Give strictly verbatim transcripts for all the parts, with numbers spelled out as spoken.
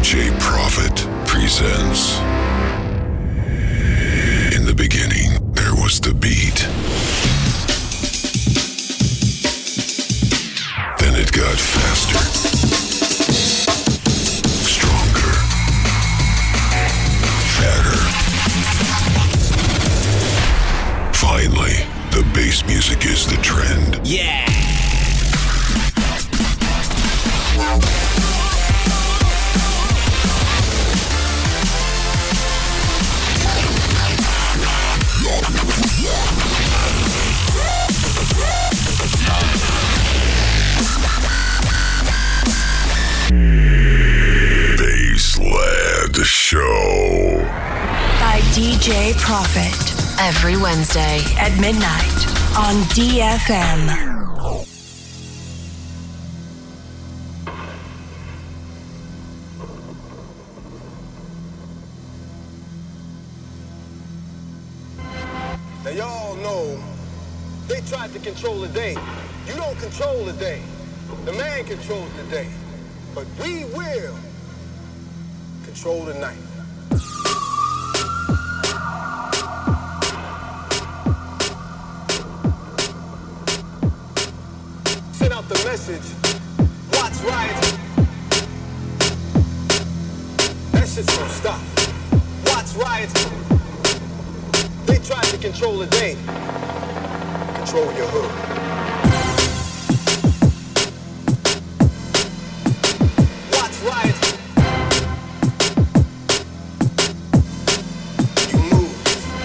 джей Prophet presents. In the beginning, there was the beat. Then it got faster, stronger, fatter. Finally, the bass music is the trend. Yeah! Bassland Show by ди джей Prophet every Wednesday at midnight on ди эф эм. Now y'all know they tried to control the day. You don't control the day. The man controls the day. But we will control the night. Send out the message. Watch riots. That shit's gonna stop. Watch riots. They tried to control the day. Control your hood. Watch riots. You move.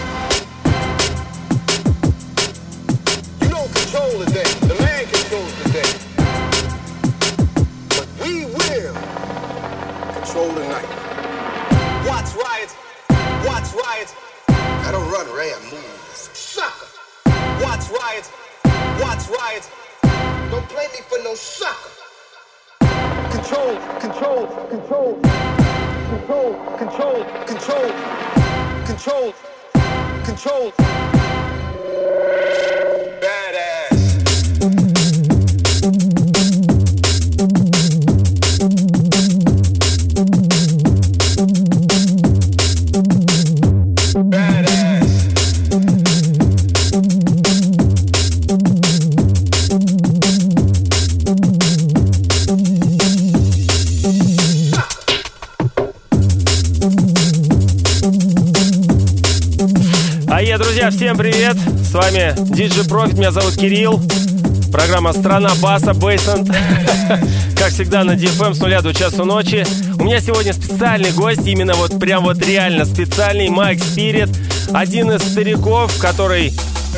You don't control the day. The man controls the day. But we will control the night. Watch riots. Watch riots. I don't run, Ray, I move. Sucker. Watch riots. Watch riots. Don't play me for no sucker. Control, control, control. Control, control, control. Control, control. Badass. Друзья, всем привет! С вами ди джей Prophet, меня зовут Кирилл. Программа «Страна баса», Bassland. Как всегда на ди эф эм с нуля до часу ночи. У меня сегодня специальный гость, именно вот прям вот реально специальный, Майк Спирит. Один из стариков, который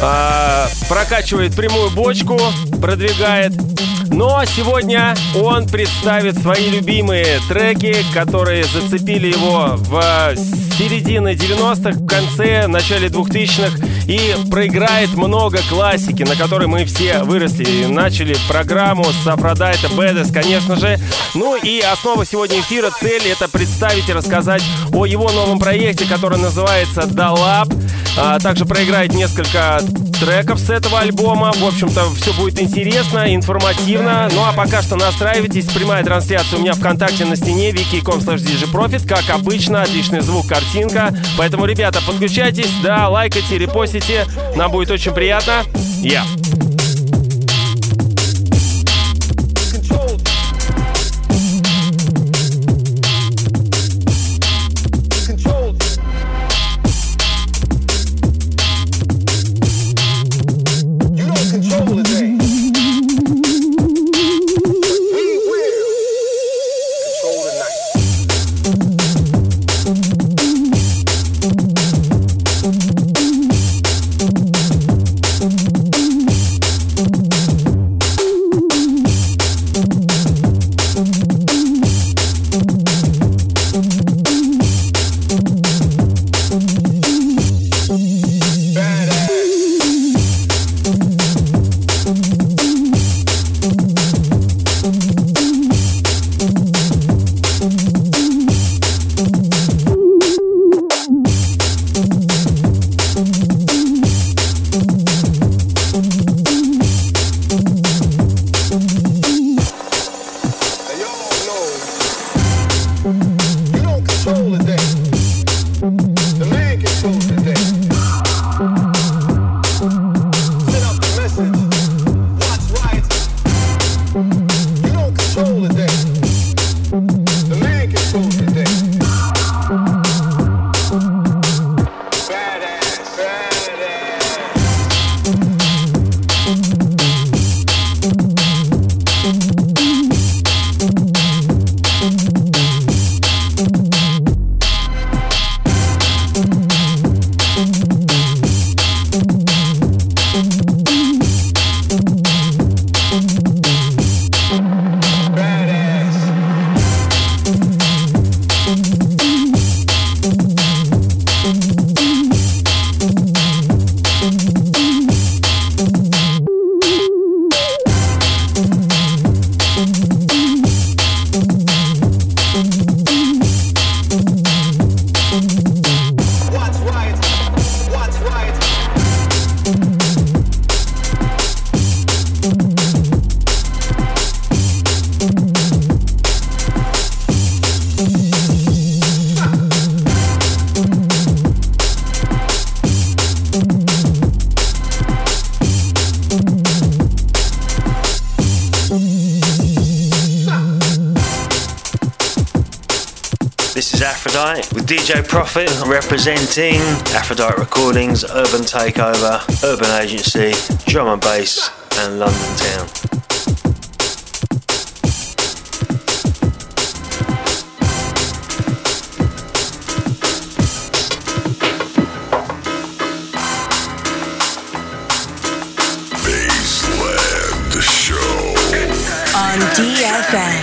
э, прокачивает прямую бочку, продвигает. Но сегодня он представит свои любимые треки, которые зацепили его в середине девяностых, в конце, в начале двухтысячных, и проиграет много классики, на которой мы все выросли. И начали программу с Афродайта, Бэдэс, конечно же. Ну и основа сегодня эфира, цель — это представить и рассказать о его новом проекте, который называется «Далап». А также проиграет несколько треков с этого альбома. В общем-то, все будет интересно, информативно. Ну а пока что настраивайтесь. Прямая трансляция у меня ВКонтакте на стене wiki точка ком слэш ди джей Prophet. Как обычно, отличный звук, картинка. Поэтому, ребята, подключайтесь, да, лайкайте, репостите. Нам будет очень приятно. Я. Yeah. know. This is Aphrodite with D J Profit representing Aphrodite Recordings, Urban Takeover, Urban Agency, Drum and Bass and London Town. D F M.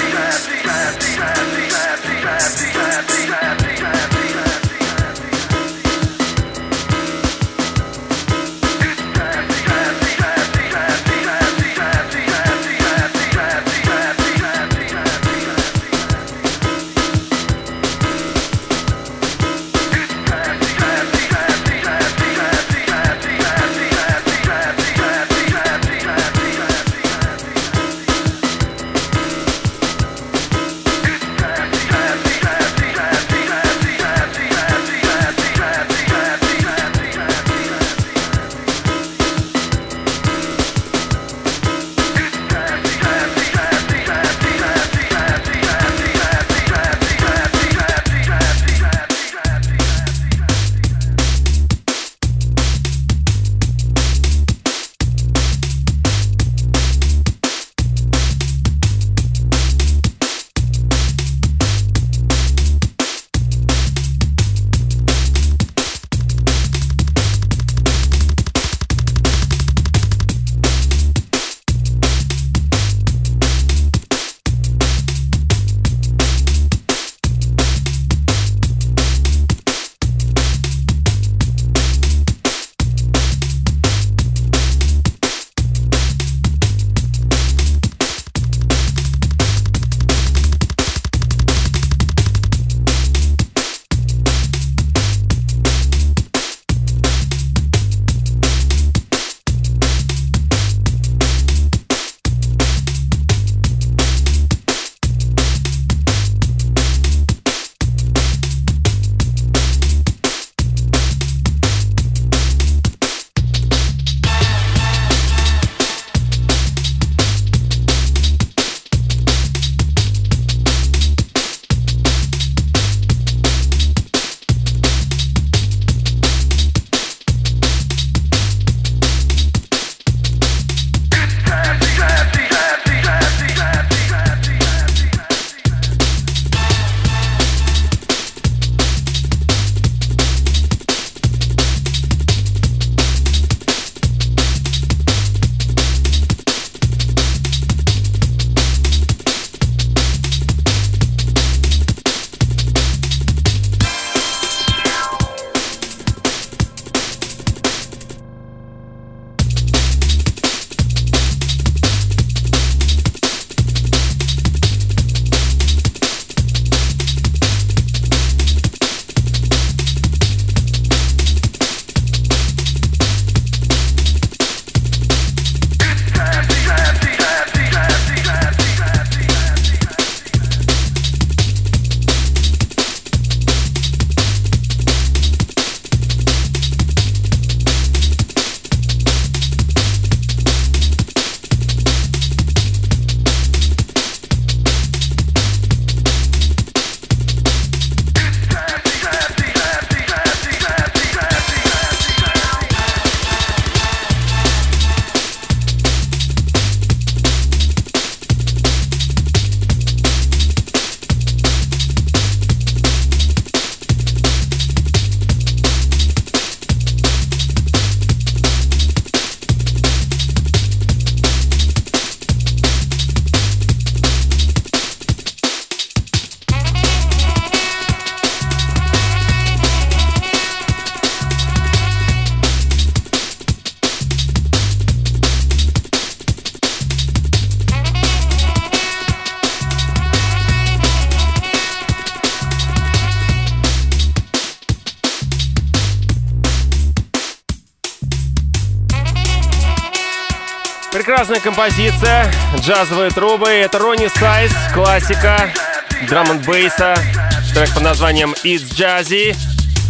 Прекрасная композиция, джазовые трубы. Это Ronnie Size, классика драм-н-бейса. Трек под названием It's Jazzy.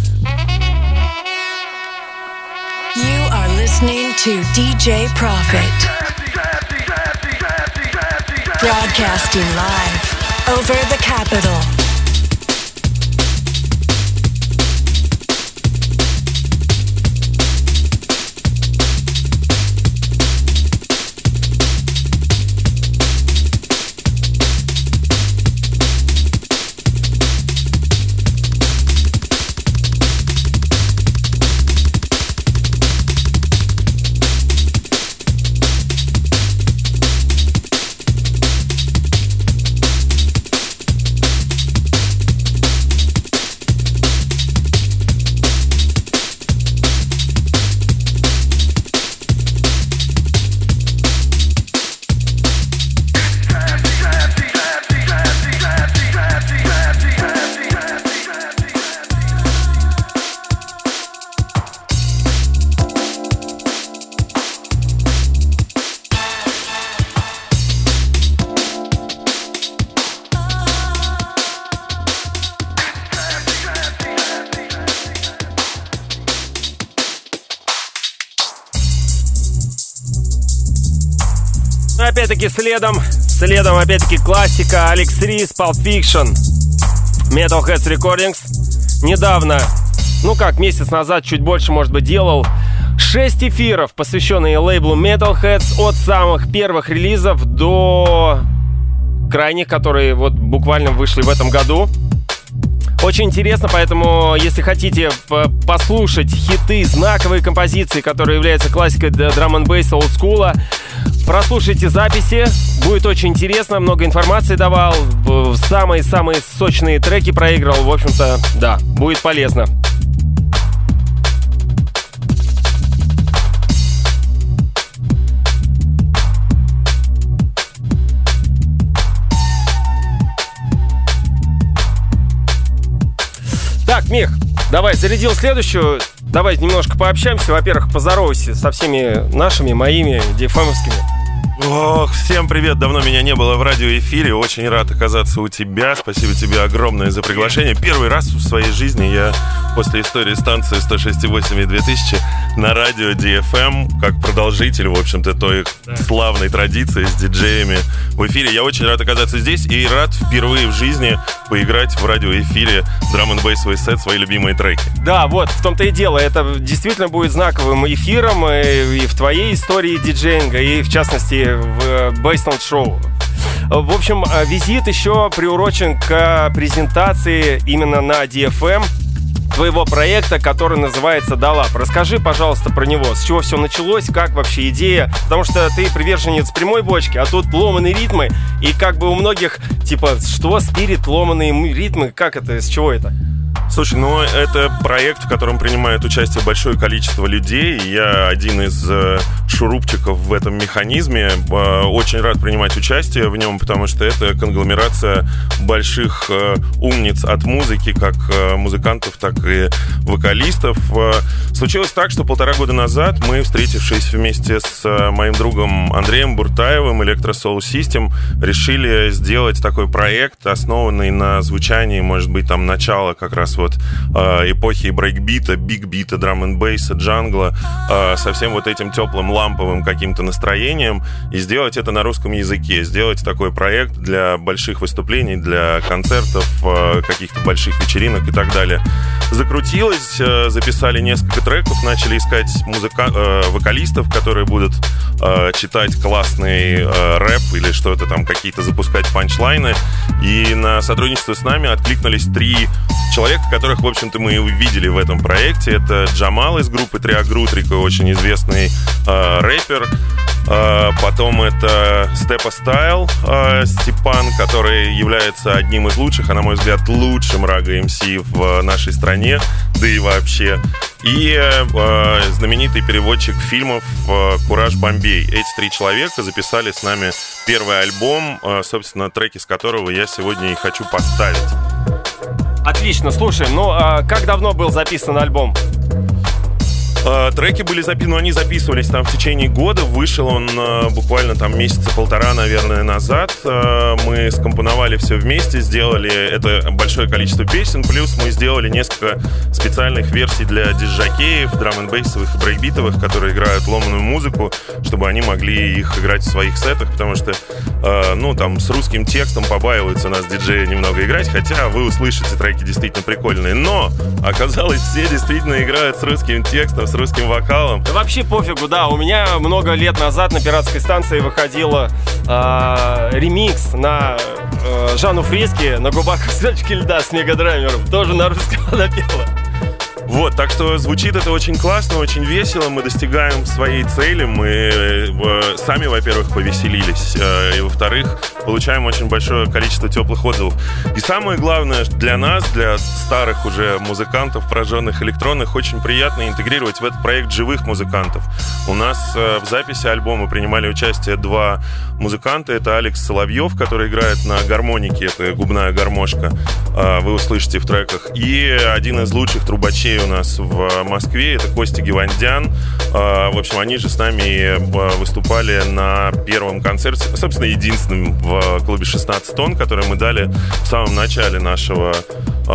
You are listening to ди джей Profit. Broadcasting live over the capital. опять-таки следом, следом опять-таки классика Алекс Рис, Pulp Fiction, Metal Heads Recordings. Недавно, ну как, месяц назад, чуть больше, может быть, делал шесть эфиров, посвященные лейблу Metal Heads, от самых первых релизов до крайних, которые вот буквально вышли в этом году. Очень интересно, поэтому, если хотите послушать хиты, знаковые композиции, которые являются классикой драм-н-бейса олдскула, прослушайте записи, будет очень интересно, много информации давал, самые-самые сочные треки проигрывал, в общем-то, да, будет полезно. Так, Мих, давай, зарядил следующую. Давай немножко пообщаемся. Во-первых, поздоровайся со всеми нашими, моими, ди эф эм-овскими. Ох, всем привет, давно меня не было в радиоэфире. Очень рад оказаться у тебя. Спасибо тебе огромное за приглашение. Первый раз в своей жизни я после истории станции сто шесть и восемь и две тысячи на радио ди эф эм, как продолжитель, в общем-то, той да. славной традиции с диджеями в эфире. Я очень рад оказаться здесь и рад впервые в жизни поиграть в радиоэфире драм-н-бейсовый сет, свои любимые треки. Да, вот, в том-то и дело. Это действительно будет знаковым эфиром и, и в твоей истории диджеинга, и в частности в Bassland Show. В общем, визит еще приурочен к презентации именно на ди эф эм твоего проекта, который называется «Далап». Расскажи, пожалуйста, про него. С чего все началось, как вообще идея? Потому что ты приверженец прямой бочки, а тут ломаные ритмы. И как бы у многих, типа, что, спирит, ломаные ритмы? Как это, с чего это? Слушай, ну это проект, в котором принимает участие большое количество людей. Я один из э, шурупчиков в этом механизме. Э, очень рад принимать участие в нем, потому что это конгломерация больших э, умниц от музыки, как э, музыкантов, так и вокалистов. Э, случилось так, что полтора года назад мы, встретившись вместе с э, моим другом Андреем Буртаевым, Electro Soul System, решили сделать такой проект, основанный на звучании, может быть, там начала как раз вот э, эпохи брейкбита, бигбита, драм-н-бейса, джангла, э, со всем вот этим теплым ламповым каким-то настроением, и сделать это на русском языке, сделать такой проект для больших выступлений, для концертов, э, каких-то больших вечеринок и так далее. Закрутилось, э, записали несколько треков, начали искать музыка... э, вокалистов, которые будут э, читать классный э, рэп или что-то там, какие-то запускать панчлайны, и на сотрудничество с нами откликнулись три человека, которых, в общем-то, мы и увидели в этом проекте. Это Джамал из группы Триагрутрика, очень известный э, рэпер. Э, потом это Степа Стайл, э, Степан, который является одним из лучших, а на мой взгляд, лучшим рага-эм си в нашей стране, да и вообще. И э, знаменитый переводчик фильмов э, Кураж Бомбей. Эти три человека записали с нами первый альбом, э, собственно, треки с которого я сегодня и хочу поставить. Отлично, слушай, ну а как давно был записан альбом? Uh, треки были записаны, ну, они записывались там в течение года. Вышел он uh, буквально там месяца полтора, наверное, назад. Uh, мы скомпоновали все вместе, сделали это большое количество песен. Плюс мы сделали несколько специальных версий для диджакеев, драм-н-бейсовых и брейкбитовых, которые играют ломаную музыку, чтобы они могли их играть в своих сетах, потому что, uh, ну, там, с русским текстом побаиваются нас диджеи немного играть, хотя вы услышите, треки действительно прикольные. Но оказалось, все действительно играют с русским текстом, с русским вокалом. Да вообще пофигу, да. У меня много лет назад на пиратской станции выходила э, ремикс на э, Жанну Фриске «На губах кусочки льда» с Мегадраймером. Тоже на русском она пела. Вот, так что звучит это очень классно, очень весело, мы достигаем своей цели, мы э, сами, во-первых, повеселились, э, и, во-вторых, получаем очень большое количество теплых отзывов. И самое главное для нас, для старых уже музыкантов, прожженных электронных, очень приятно интегрировать в этот проект живых музыкантов. У нас э, в записи альбома принимали участие два музыканта, это Алекс Соловьев, который играет на гармонике, это губная гармошка, э, вы услышите в треках, и один из лучших трубачей у нас в Москве, это Костя Гевандян. В общем, они же с нами выступали на первом концерте, собственно, единственном в клубе шестнадцать тонн, который мы дали в самом начале нашего, нашего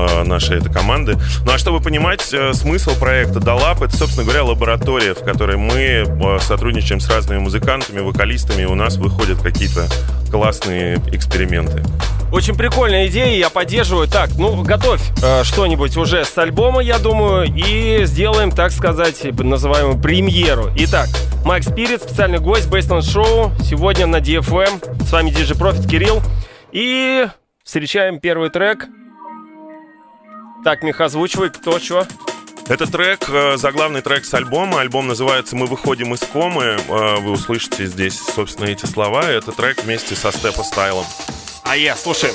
нашей этой команды. Ну а чтобы понимать э, смысл проекта Далап, это, собственно говоря, лаборатория, в которой мы э, сотрудничаем с разными музыкантами, вокалистами, и у нас выходят какие-то классные эксперименты. Очень прикольная идея, я поддерживаю. Так, ну, готовь э, что-нибудь уже с альбома, я думаю, и сделаем, так сказать, называемую премьеру. Итак, Майк Спирит, специальный гость Bassland Show, сегодня на ди эф эм. С вами диджей Profit Кирилл. И встречаем первый трек. Так, Мих, озвучивай, кто, что. Это трек, заглавный трек с альбома. Альбом называется «Мы выходим из комы». Вы услышите здесь, собственно, эти слова. Это трек вместе со Степа Стайлом. А я, слушаем.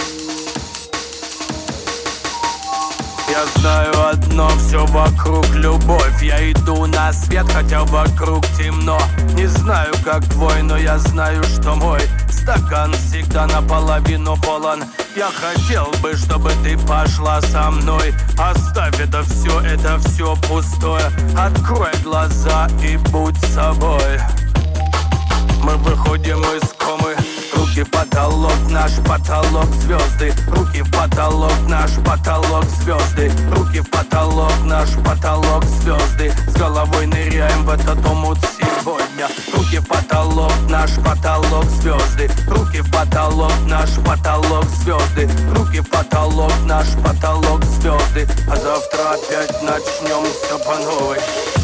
Я знаю одно, все вокруг любовь. Я иду на свет, хотя вокруг темно. Не знаю, как твой, но я знаю, что мой стакан всегда наполовину полон. Я хотел бы, чтобы ты пошла со мной. Оставь это все, это все пустое. Открой глаза и будь собой. Мы выходим из комы. Руки в потолок, наш потолок звезды. Руки в потолок, наш потолок звезды. Руки в потолок, наш потолок звезды. С головой ныряем в этот омут сегодня. Руки в потолок, наш потолок звезды. Руки в потолок, наш потолок звезды. Руки в потолок, наш потолок звезды. А завтра опять начнем все по новой.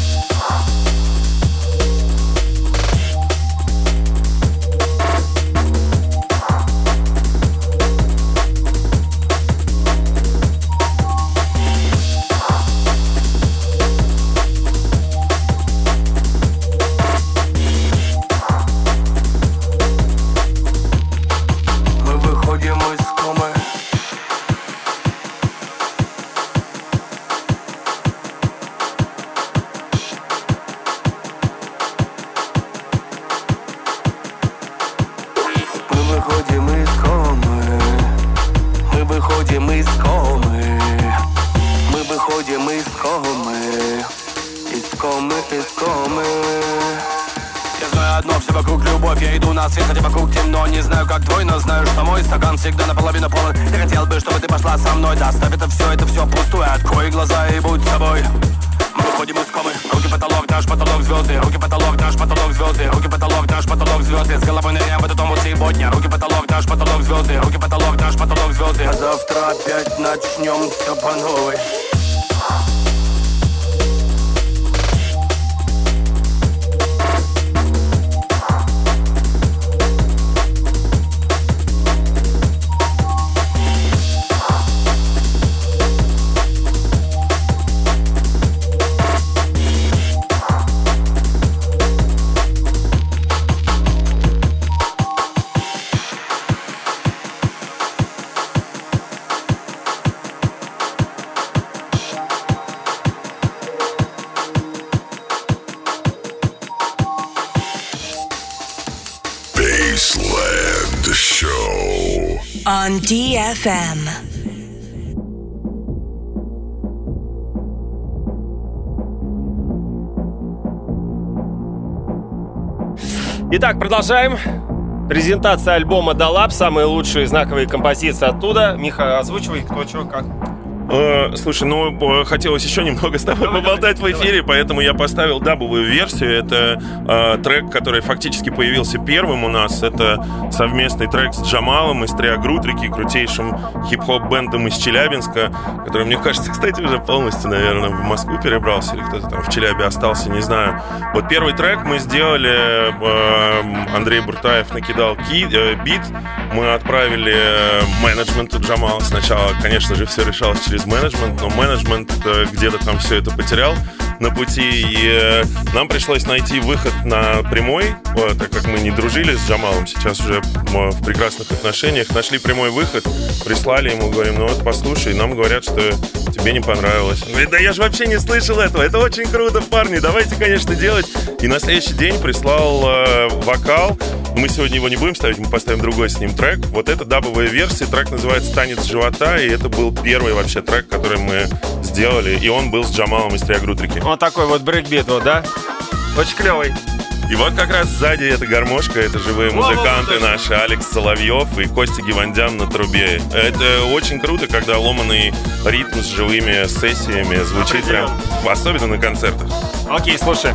Всегда наполовину полон. Я хотел бы, чтобы ты пошла со мной. Да, оставь это все, это все пустое. Открой глаза и будь собой. Мы выходим из комы. Руки потолок, наш потолок звезды. Руки потолок, наш потолок звезды. Руки потолок, наш потолок звезды. С головой ныряем в этот омут сегодня. Руки потолок, наш потолок звезды. Руки потолок, наш потолок звезды. А завтра опять начнем все по новой. Bassland Show on ди эф эм. Итак, продолжаем. Презентация альбома Далап, самые лучшие знаковые композиции оттуда. Миха, озвучивай, кто, что, как. Э, слушай, ну, хотелось еще немного с тобой давай, поболтать давай, в эфире, давай. Поэтому я поставил дабовую версию. Это э, трек, который фактически появился первым у нас. Это совместный трек с Джамалом из Трио Грутрики, крутейшим хип-хоп-бэндом из Челябинска, который, мне кажется, кстати, уже полностью, наверное, в Москву перебрался, или кто-то там в Челябе остался, не знаю. Вот первый трек мы сделали, э, Андрей Буртаев накидал ки, э, бит, мы отправили менеджменту Джамала. Сначала, конечно же, все решалось через менеджмент, но менеджмент где-то там все это потерял на пути, и нам пришлось найти выход на прямой, так как мы не дружили с Джамалом, сейчас уже в прекрасных отношениях, нашли прямой выход, прислали ему, говорим, ну вот послушай, нам говорят, что тебе не понравилось. Он говорит, да я же вообще не слышал этого, это очень круто, парни, давайте, конечно, делать. И на следующий день прислал э, вокал, мы сегодня его не будем ставить, мы поставим другой с ним трек. Вот это дабовая версия, трек называется «Танец живота», и это был первый вообще трек, который мы сделали, и он был с Джамалом из Трио Грутрики. Вот такой вот брейкбит, вот, да? Очень клевый. И вот как раз сзади эта гармошка, это живые музыканты наши, Алекс Соловьев и Костя Гивандян на трубе. Это очень круто, когда ломаный ритм с живыми сессиями звучит прям, особенно на концертах. Окей, слушай.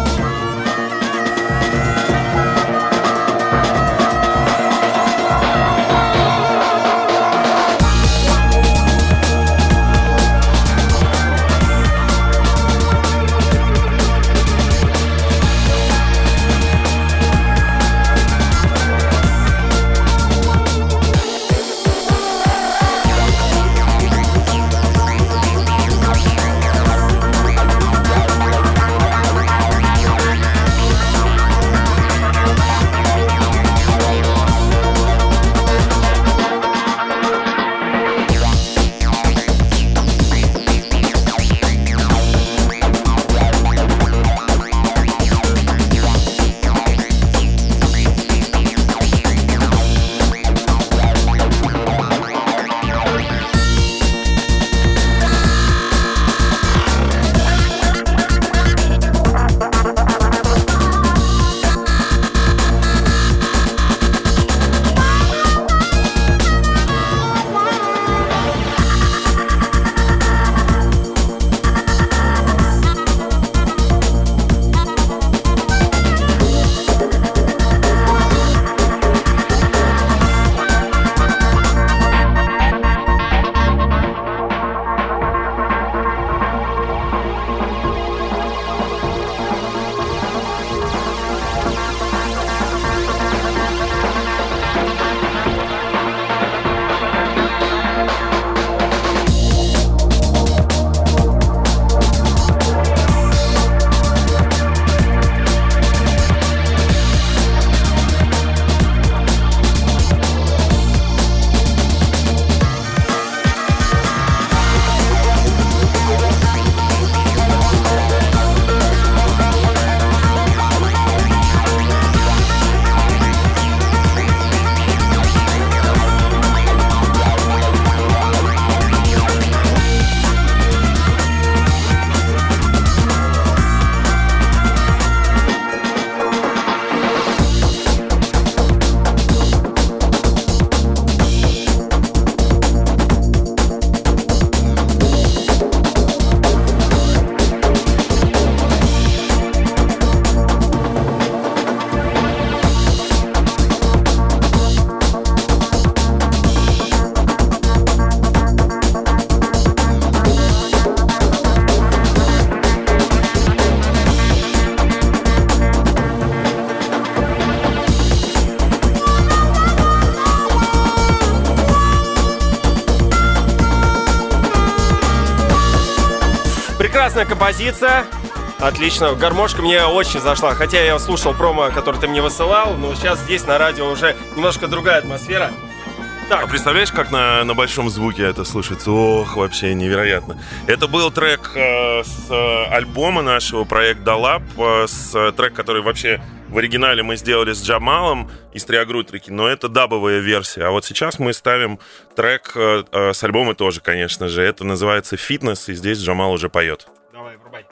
Прекрасная композиция. Отлично. Гармошка мне очень зашла. Хотя я слушал промо, который ты мне высылал, но сейчас здесь на радио уже немножко другая атмосфера. Так. А представляешь, как на, на большом звуке это слушается? Ох, вообще невероятно. Это был трек э, с э, альбома нашего, проект Далап, э, с э, трек, который вообще в оригинале мы сделали с Джамалом из Триагрутрики, но это дабовая версия. А вот сейчас мы ставим трек э, э, с альбома тоже, конечно же. Это называется «Фитнес», и здесь Джамал уже поет. Давай, врубай.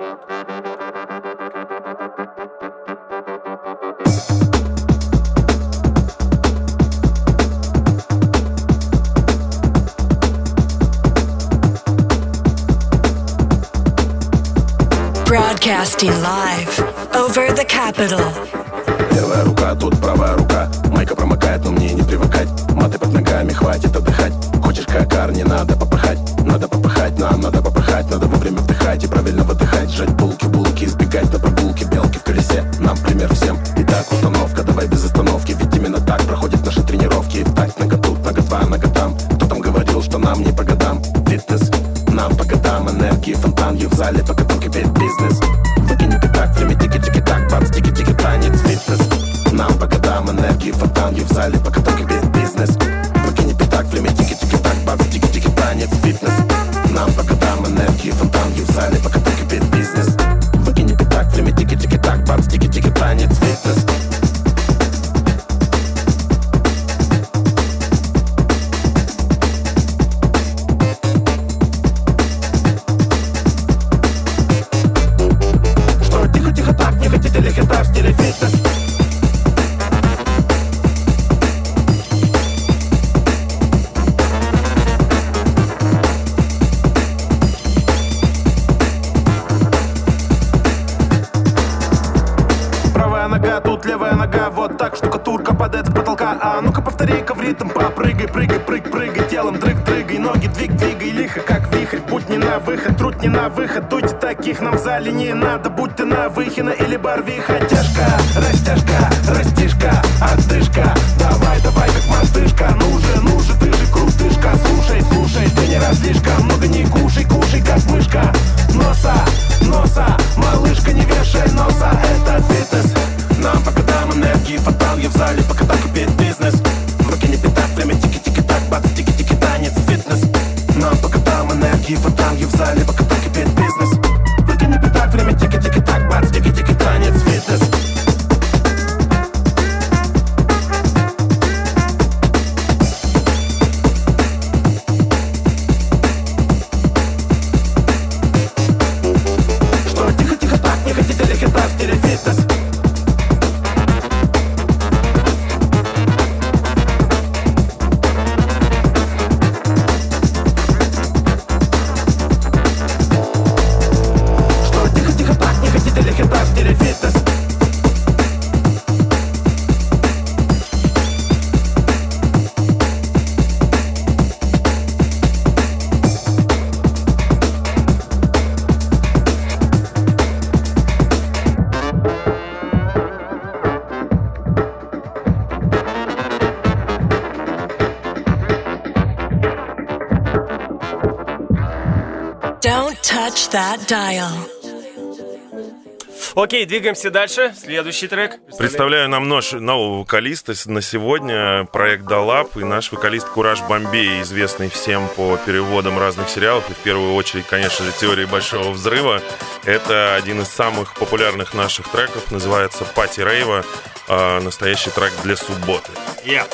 Broadcasting live over the capital. Левая рука, тут правая рука. Майка промокает, но мне не привыкать. Маты под ногами, хватит отдыхать. Хочешь какар, не надо попахать. Надо попахать, нам надо попахать. Надо вовремя вдыхать и правильно выдыхать. Жать булки, булки, избегать на прогулке. Белки в колесе, нам пример всем. Итак, установка, давай без остановки. Ведь именно так проходят наши тренировки. И в такт нога тут, нога два, нога там. Кто там говорил, что нам не по годам? Фитнес, нам по годам. Энергии, фонтанью в зале, пока там кипит бизнес. Выкинь пятак, время тики-тики-так. Бац, тики-тики, танец, фитнес. Нам по годам, энергии, фонтанью в зале, пока там кипит бизнес. Выкинь пятак, время тики-тики-так. Бац, тики-тики, танец, фитнес. Нам по годам, энергии, фонтанью в зале, пока там кипит бизнес. Выкинь пятак, время тики-тики-так. Бац, тики-тики, танец, фитнес. Что тихо-тихо так, не хотите ли хита в стиле фитнес? так, штукатурка падает с потолка. А ну-ка повтори-ка в ритм, попрыгай, прыгай, прыг, прыгай, телом дрыг, дрыгай, ноги двиг, двигай, лихо, как вихрь. Путь не на выход, труд не на выход, дуйте таких нам в зале не надо. Будь ты на Выхино или Барвиха. Тяжка, растяжка, растишка, отдышка. Давай, давай, как мартышка. Ну же, ну же, ты же крутышка. Слушай, слушай, ты не разлишка. Много не кушай, кушай, как мышка. Носа, носа, малышка, не вешай носа. Это фитнес. Нам по годам энергии фонтан. Я в зале, пока так кипит бизнес. В руке не пятак, время тики-тики-так. Бац, тики-тики, танец, фитнес. Нам по годам энергии фонтан. Я в зале, пока так кипит бизнес. В руке не пятак, время тики-тики-так. Бац, тики-тики, танец, фитнес. Don't touch that dial. Окей, двигаемся дальше. Следующий трек. Представляю нам наш нового вокалиста на сегодня, проект Далап, и наш вокалист Кураж Бомбей, известный всем по переводам разных сериалов, и в первую очередь, конечно же, «Теории большого взрыва». Это один из самых популярных наших треков, называется «Пати Рейва», настоящий трек для субботы. Yeah.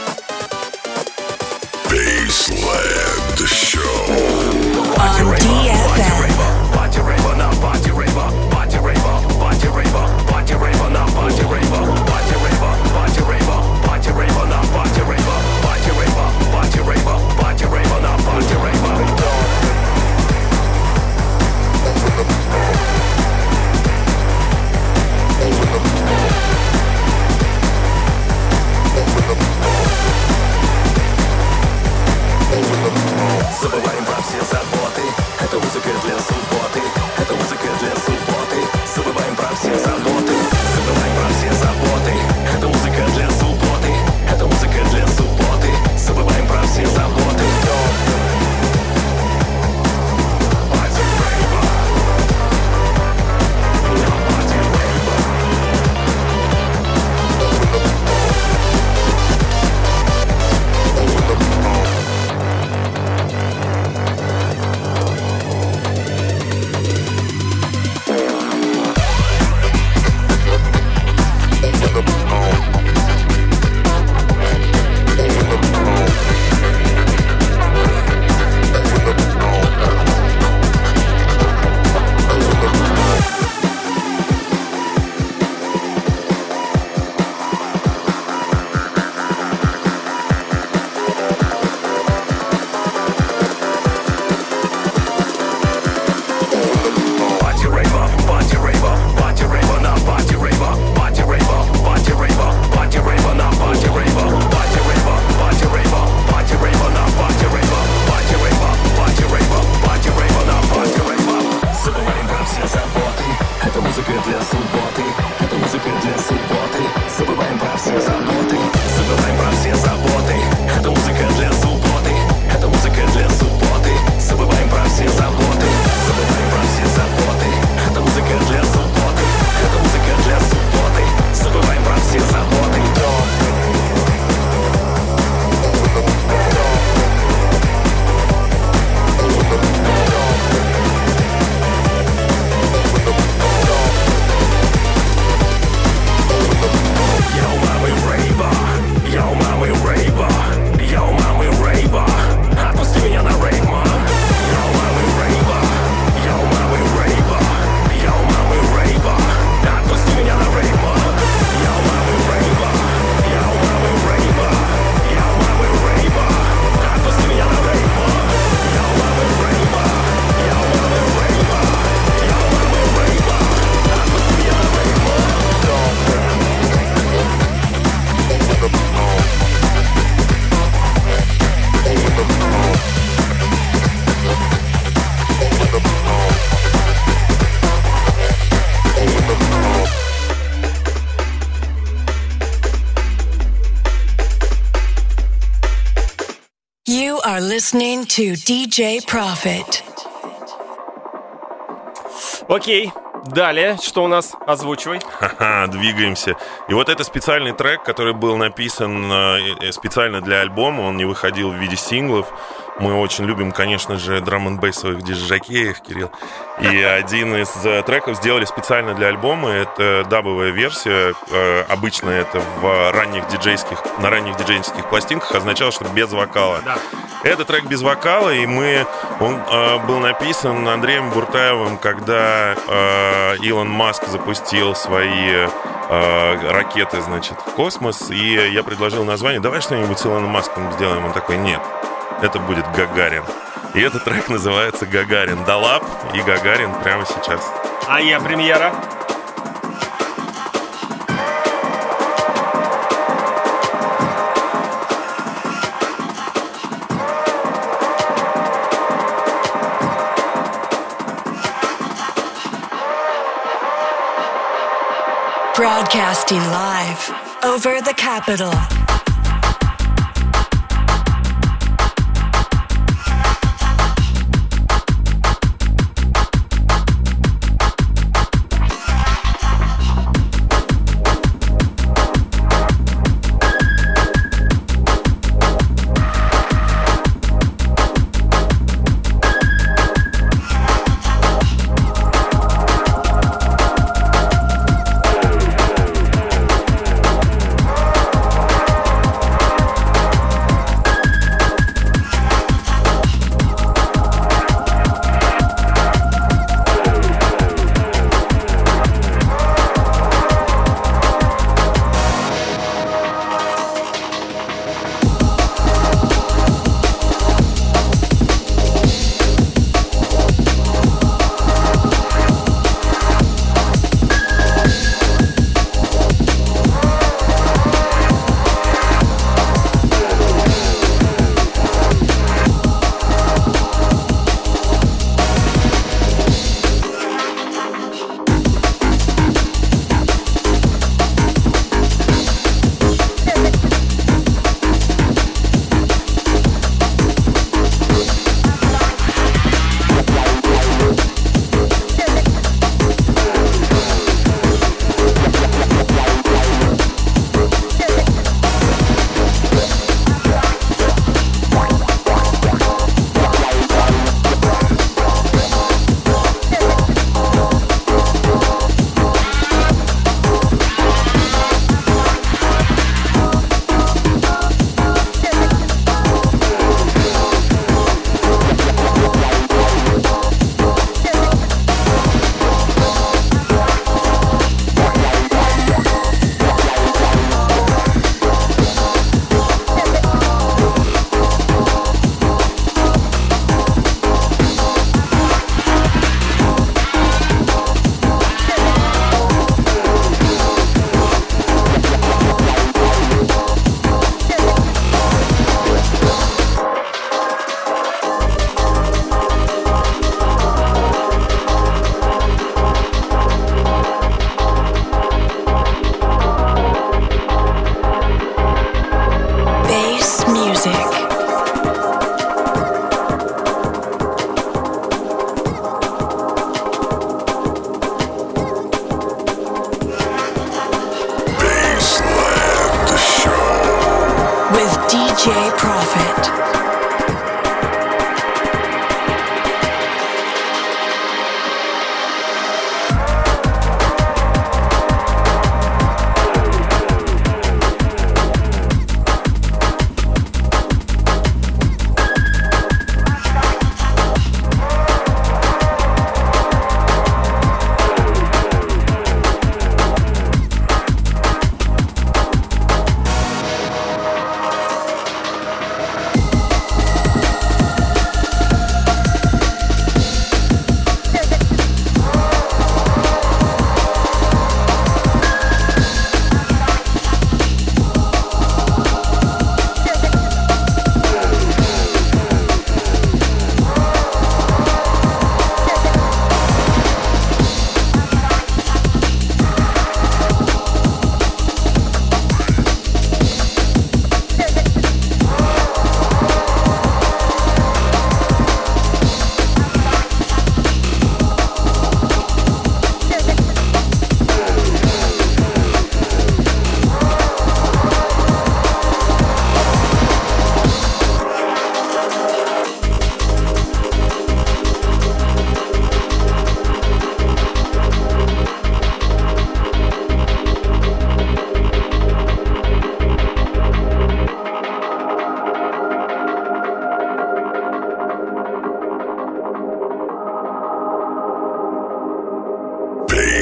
Baseland Show. On ди эф эм. Party raver, now party raver, party raver, party raver, party raver, now party raver, party raver, party raver, party raver, now party raver, party raver, party raver, party raver, now party raver. Open up. listening to ди джей Profit. Окей. Далее, что у нас? Озвучивай. Ха-ха, двигаемся. И вот это специальный трек, который был написан э, специально для альбома. Он не выходил в виде синглов. Мы очень любим, конечно же, драм-н-бейсовых диджей-жокеев, Кирилл. И один из треков сделали специально для альбома. Это дабовая версия. Обычно это в ранних диджейских, на ранних диджейских пластинках означало, что без вокала. Да. Это трек без вокала, и мы, он э, был написан Андреем Буртаевым, когда э, Илон Маск запустил свои э, ракеты, значит, в космос. И я предложил название: давай что-нибудь с Илоном Маском сделаем. Он такой: нет, это будет Гагарин. И этот трек называется «Гагарин». Далап и Гагарин прямо сейчас. А я премьера. Broadcasting live over the capital.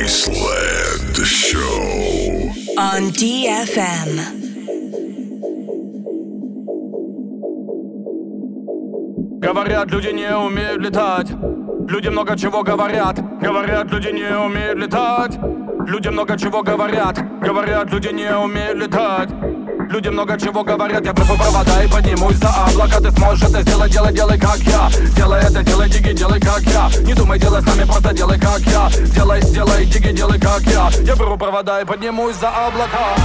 Baseland Show on ди эф эм. Говорят, люди не умеют летать. Люди много чего говорят. Говорят, люди не умеют летать. Люди много чего говорят. Говорят, люди не умеют летать. Люди много чего говорят. Я прыгну провода и поднимусь за облака. Ты сможешь это сделать, делай, делай как я. Делай это, делай, диги, делай как я. Не думай, делай с нами, просто делай как я. Делай, делай, диги, делай как я. Я беру провода и поднимусь за облака.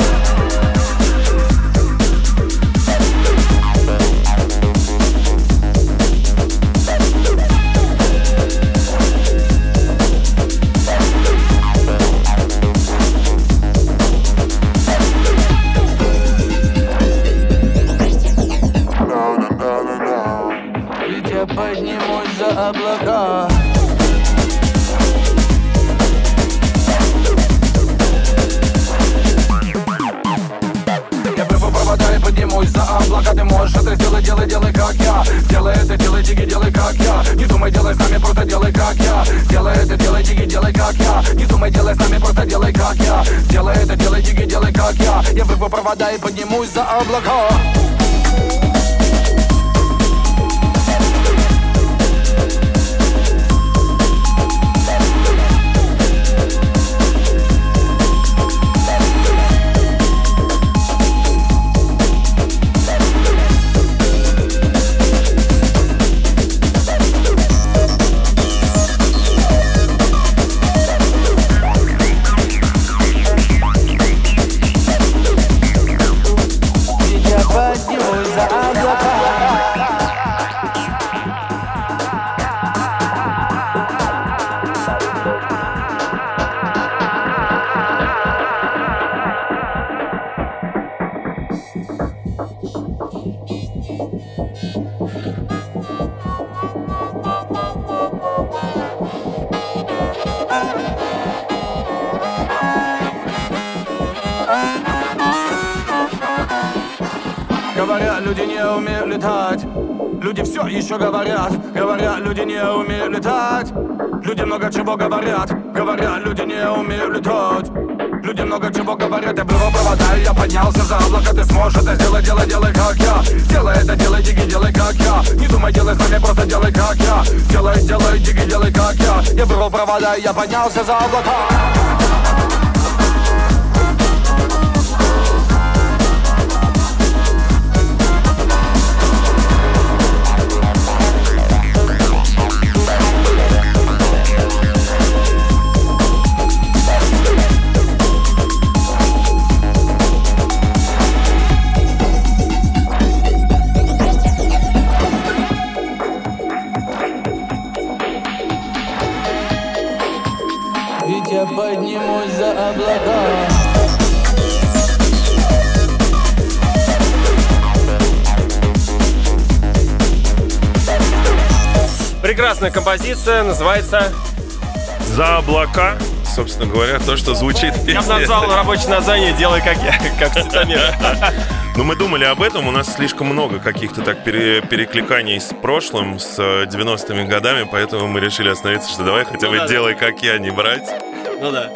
Поднимусь за облака. Я вырву провода и поднимусь за облака. Ты можешь это сделать, делай, делай как я. Делай это, делай, диги, делай как я. Не думай, делай с нами, просто делай как я. Делай это, делай, диги, делай как я. Не думай, делай с нами, просто делай как я. Делай это, делай, диги, делай как я. Я вырву провода и поднимусь за облака. Говорят, люди не умеют летать. Люди все еще говорят. Говорят, люди не умеют летать. Люди много чего говорят. Говорят, люди не умеют летать. Люди много чего говорят. Я беру провода и я поднялся за облако. Ты сможешь это сделать, делай, делай как я. Делай это, делай, диги, делай как я. Не думай, делай с нами, просто делай как я. Делай, делай, диги, делай как я. Я беру провода и я поднялся за облако. Я поднимусь за облака. Прекрасная композиция, называется «За облака». Собственно говоря, то, что звучит в песне. Я бы назвал рабочее название «Делай как я», как Титамир. Но мы думали об этом, у нас слишком много каких-то так пере- перекликаний с прошлым, с девяностыми годами, поэтому мы решили остановиться, что давай хотя бы ну, да, «Делай как я» не брать. Ну да.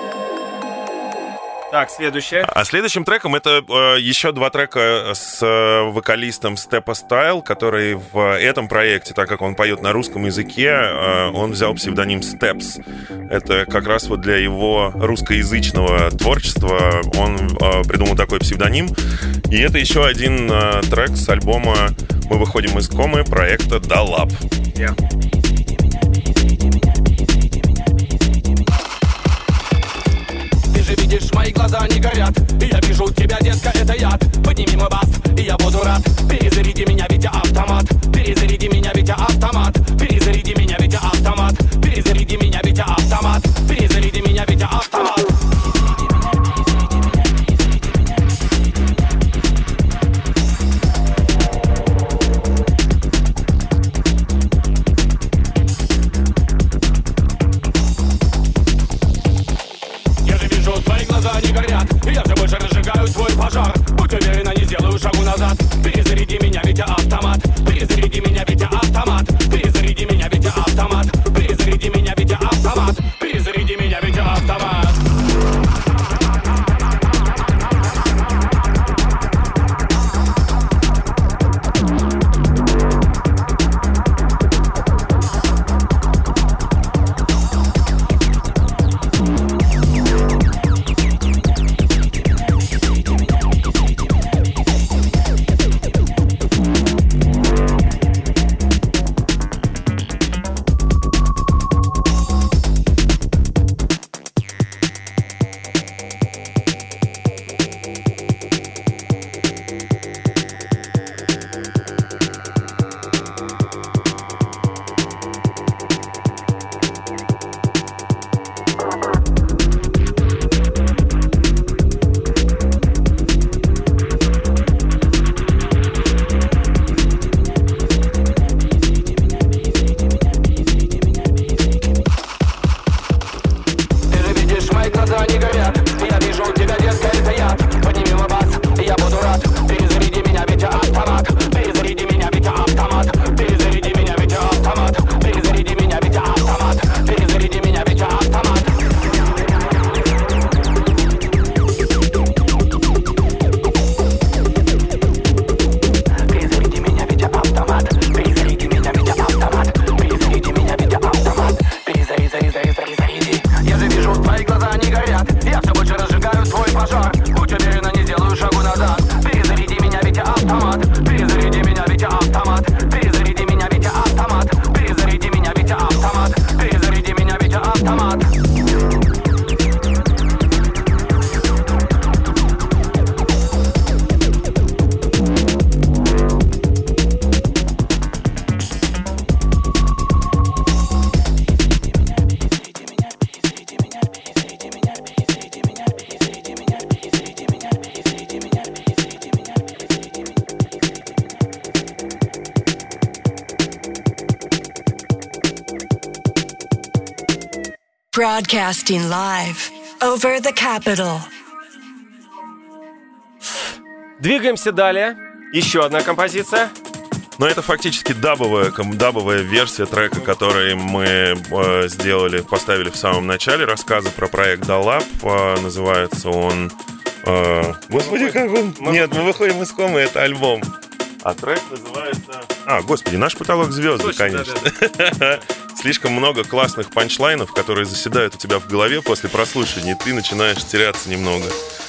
Так, следующее. А следующим треком это э, еще два трека с э, вокалистом Steppa Style, который в этом проекте, так как он поет на русском языке, э, он взял псевдоним Steps. Это как раз вот для его русскоязычного творчества он э, придумал такой псевдоним. И это еще один э, трек с альбома «Мы выходим из комы» проекта Dalab. Yeah. Видишь, мои глаза не горят. И я вижу тебя, детка, это яд. Подними мой бас, и я буду рад. Перезаряди меня, ведь я автомат. Перезаряди меня, ведь я автомат. Перезаряди меня, ведь я автомат. Перезаряди меня, ведь я автомат. Перезаряди меня, ведь я автомат. Я все больше разжигаю свой пожар. Будь уверена, не сделаю шагу назад. Перезаряди меня, ведь я автомат. Перезаряди меня, ведь я автомат. Перезаряди Broadcasting live over the capital. Двигаемся далее. Еще одна композиция. Но это фактически дабовая, дабовая версия трека, который мы э, сделали, поставили в самом начале рассказа про проект Dalab. Э, называется он... Э, господи, как он... Мы... Нет, мы выходим из комы, это альбом. А трек называется... А, господи, «Наш потолок звезды», точно, конечно. Да, да. Слишком много классных панчлайнов, которые заседают у тебя в голове после прослушивания, и ты начинаешь теряться немного.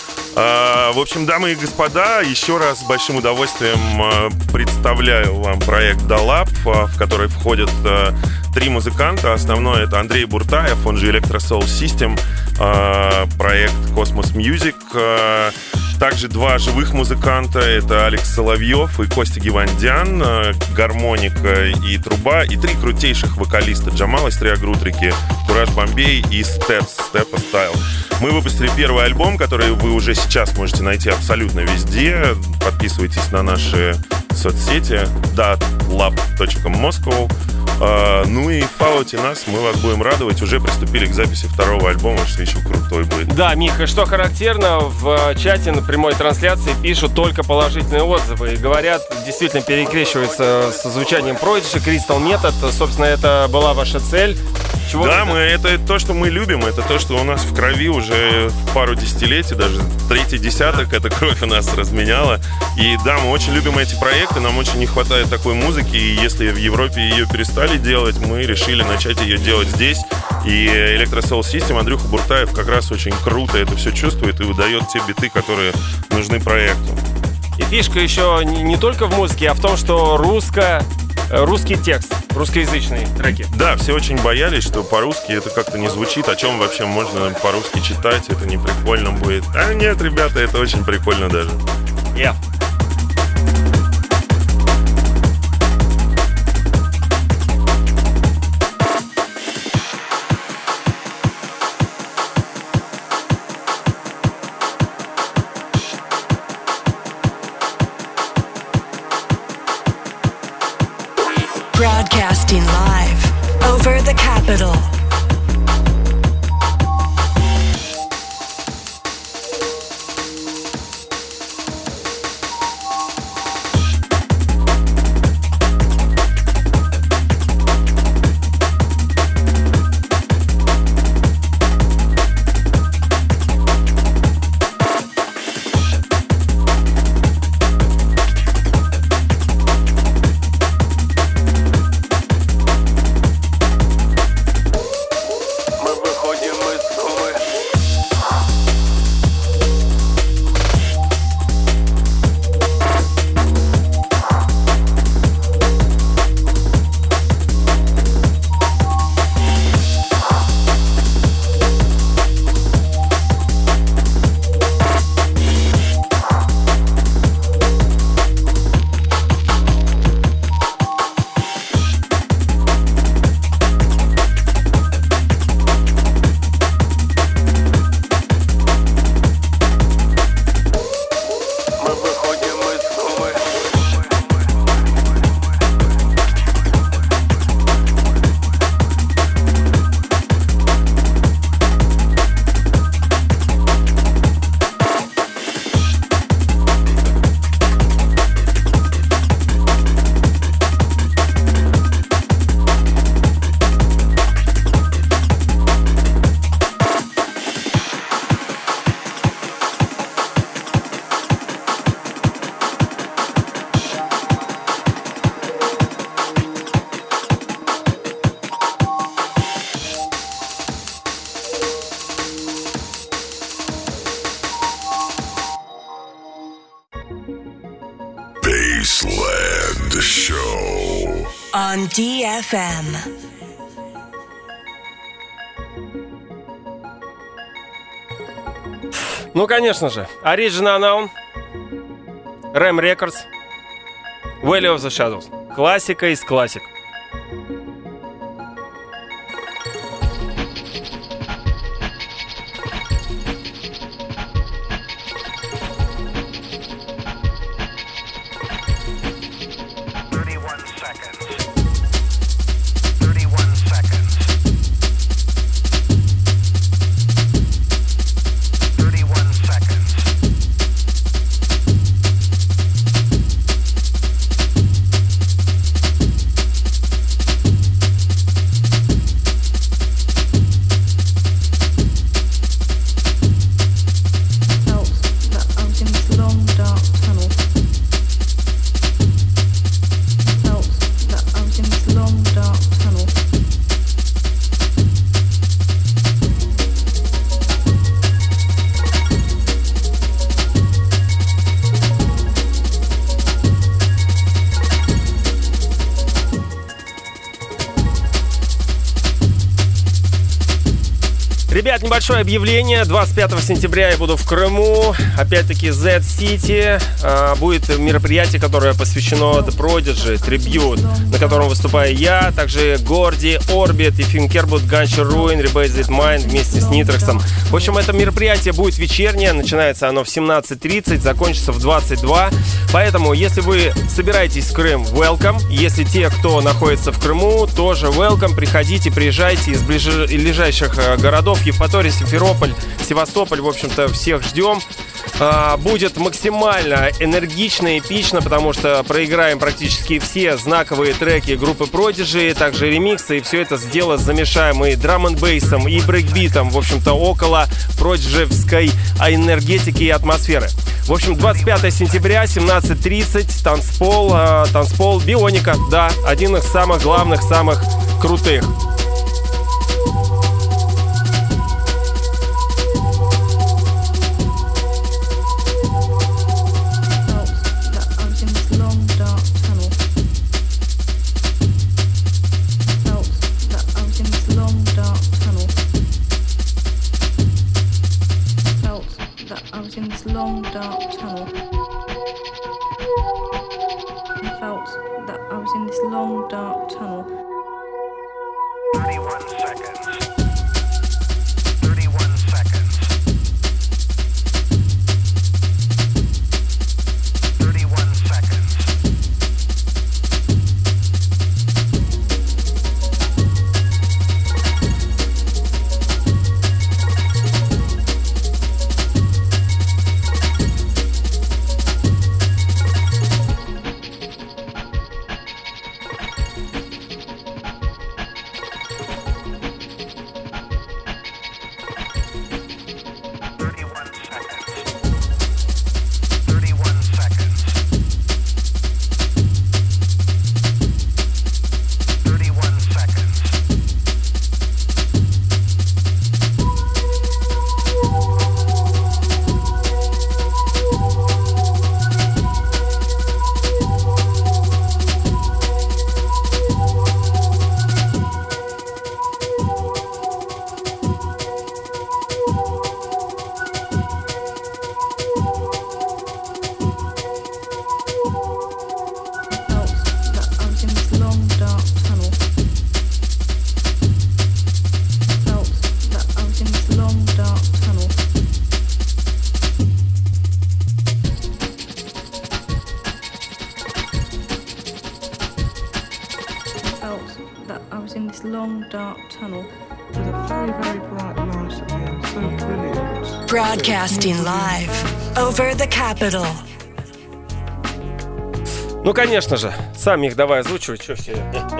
А, в общем, дамы и господа, еще раз с большим удовольствием а, представляю вам проект Dalab, а, в который входят а, три музыканта. Основной — это Андрей Буртаев, он же Electro Soul System, а, проект Cosmos Music. А, также два живых музыканта — это Алекс Соловьев и Костя Гивандян, а, гармоника и труба, и три крутейших вокалиста: Джамал Истриагрутрики, Кураж Бомбей и Steps, Steppa Style. Мы выпустили первый альбом, который вы уже сейчас можете найти абсолютно везде. Подписывайтесь на наши соцсети dot lab dot moscow. Uh, ну и фолловите нас, мы вас будем радовать. Уже приступили к записи второго альбома, что еще крутой будет. Да, Миха, что характерно, в чате на прямой трансляции пишут только положительные отзывы. И говорят, действительно перекрещивается со звучанием Prodigy, Crystal Method. Собственно, это была ваша цель. Чего да, мы, это то, что мы любим, это то, что у нас в крови уже пару десятилетий, даже третий десяток, эта кровь у нас разменяла. И да, мы очень любим эти проекты, нам очень не хватает такой музыки, и если в Европе ее перестали делать, мы решили начать ее делать здесь. И Electro Soul System, Андрюха Буртаев как раз очень круто это все чувствует и выдает те биты, которые нужны проекту. И фишка еще не, не только в музыке, а в том, что русско, русский текст, русскоязычные треки. Да, все очень боялись, что по-русски это как-то не звучит. О чем вообще можно по-русски читать? Это не прикольно будет. А нет, ребята, это очень прикольно даже. Yeah. Broadcasting live over the capital. Baseland Show on ди эф эм. Ну, конечно же, Original Unknown, Ram Records, Valley of the Shadows. Классика из классик. Ребят, небольшое объявление. двадцать пятого сентября я буду в Крыму. Опять-таки, Z-City. А, будет мероприятие, которое посвящено The Prodigy, трибьют, на котором выступаю я. Также Горди, Орбит, Ефим Кербут, Ганчер Руин, Rebased Mind вместе с Нитрексом. В общем, это мероприятие будет вечернее. Начинается оно в семнадцать тридцать, закончится в двадцать два. Поэтому, если вы собираетесь в Крым, welcome. Если те, кто находится в Крыму, тоже welcome. Приходите, приезжайте из ближайших городов. Евпатория, Симферополь, Севастополь, в общем-то, всех ждем. А, будет максимально энергично, эпично, потому что проиграем практически все знаковые треки группы Prodigy, также ремиксы, и все это сделать замешаем и драм-н-бейсом, и брейкбитом, в общем-то, около проджевской энергетики и атмосферы. В общем, двадцать пятого сентября, семнадцать тридцать, танцпол, э, танцпол Бионика, да, один из самых главных, самых крутых. Broadcasting live over the capital. Ну, конечно же, сам их давай озвучивать, что все.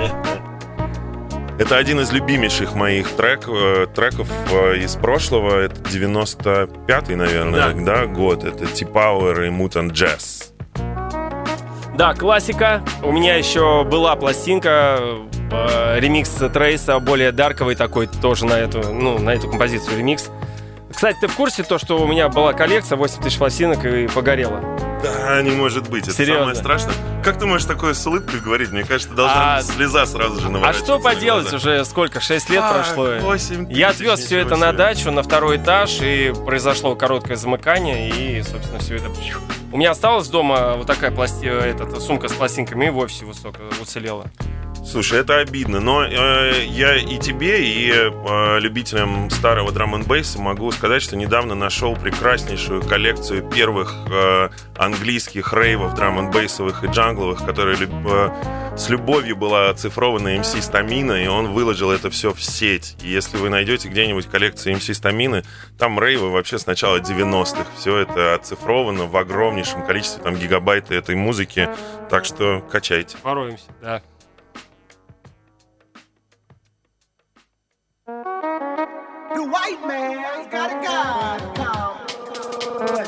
Это один из любимейших моих трек, треков из прошлого. Это девяносто пятый, наверное, да. Да, год. Это T-Power и Mutant Jazz. Да, классика. У меня еще была пластинка, э, ремикс Трейса, более дарковый такой, тоже на эту, ну, на эту композицию ремикс. Кстати, ты в курсе то, что у меня была коллекция восемь тысяч пластинок и погорела? Да, не может быть. Это Серьезно? Самое страшное. Как ты можешь такое с улыбкой говорить? Мне кажется, должна а... слеза сразу же наворачиваться. наворачиваться. А что поделать, уже сколько? шесть лет а, прошло. восемь тысяч, я отвез все это на себе. дачу, на второй этаж, и произошло короткое замыкание, и, собственно, все это... У меня осталась дома вот такая пласти... этот, сумка с пластинками, и вовсе высоко уцелела. Слушай, это обидно, но э, я и тебе, и э, любителям старого драм-н-бейса могу сказать, что недавно нашел прекраснейшую коллекцию первых э, английских рейвов драм-н-бейсовых и джангловых, которые э, с любовью была оцифрована эм си Стамина, и он выложил это все в сеть. И если вы найдете где-нибудь коллекцию эм си Стамины, там рейвы вообще с начала девяностых. Все это оцифровано в огромнейшем количестве, там гигабайты этой музыки, так что качайте. Пороемся, да. The white man's got a gun called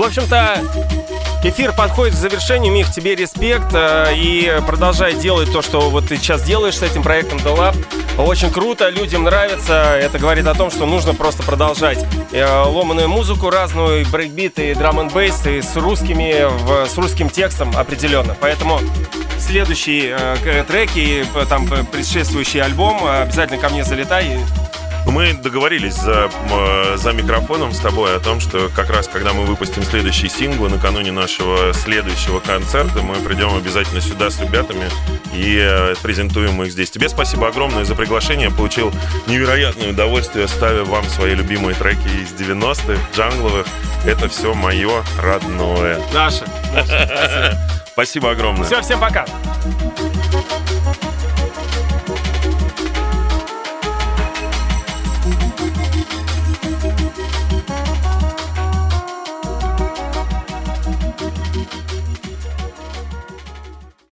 В общем-то, эфир подходит к завершению. Мих, тебе респект. И продолжай делать то, что вот ты сейчас делаешь с этим проектом The Lab. Очень круто, людям нравится. Это говорит о том, что нужно просто продолжать ломаную музыку разную, и брейкбит, и драм-н-бейс, и с русскими, в, с русским текстом определенно. Поэтому следующие э, треки, там предшествующий альбом, обязательно ко мне залетай. Мы договорились за, за микрофоном с тобой о том, что как раз когда мы выпустим следующий сингл, накануне нашего следующего концерта, мы придем обязательно сюда с ребятами и э, презентуем их здесь. Тебе спасибо огромное за приглашение. Я получил невероятное удовольствие, ставя вам свои любимые треки из девяностых, джангловых. Это все мое родное. Наше. Наше. Спасибо огромное. Все, всем пока.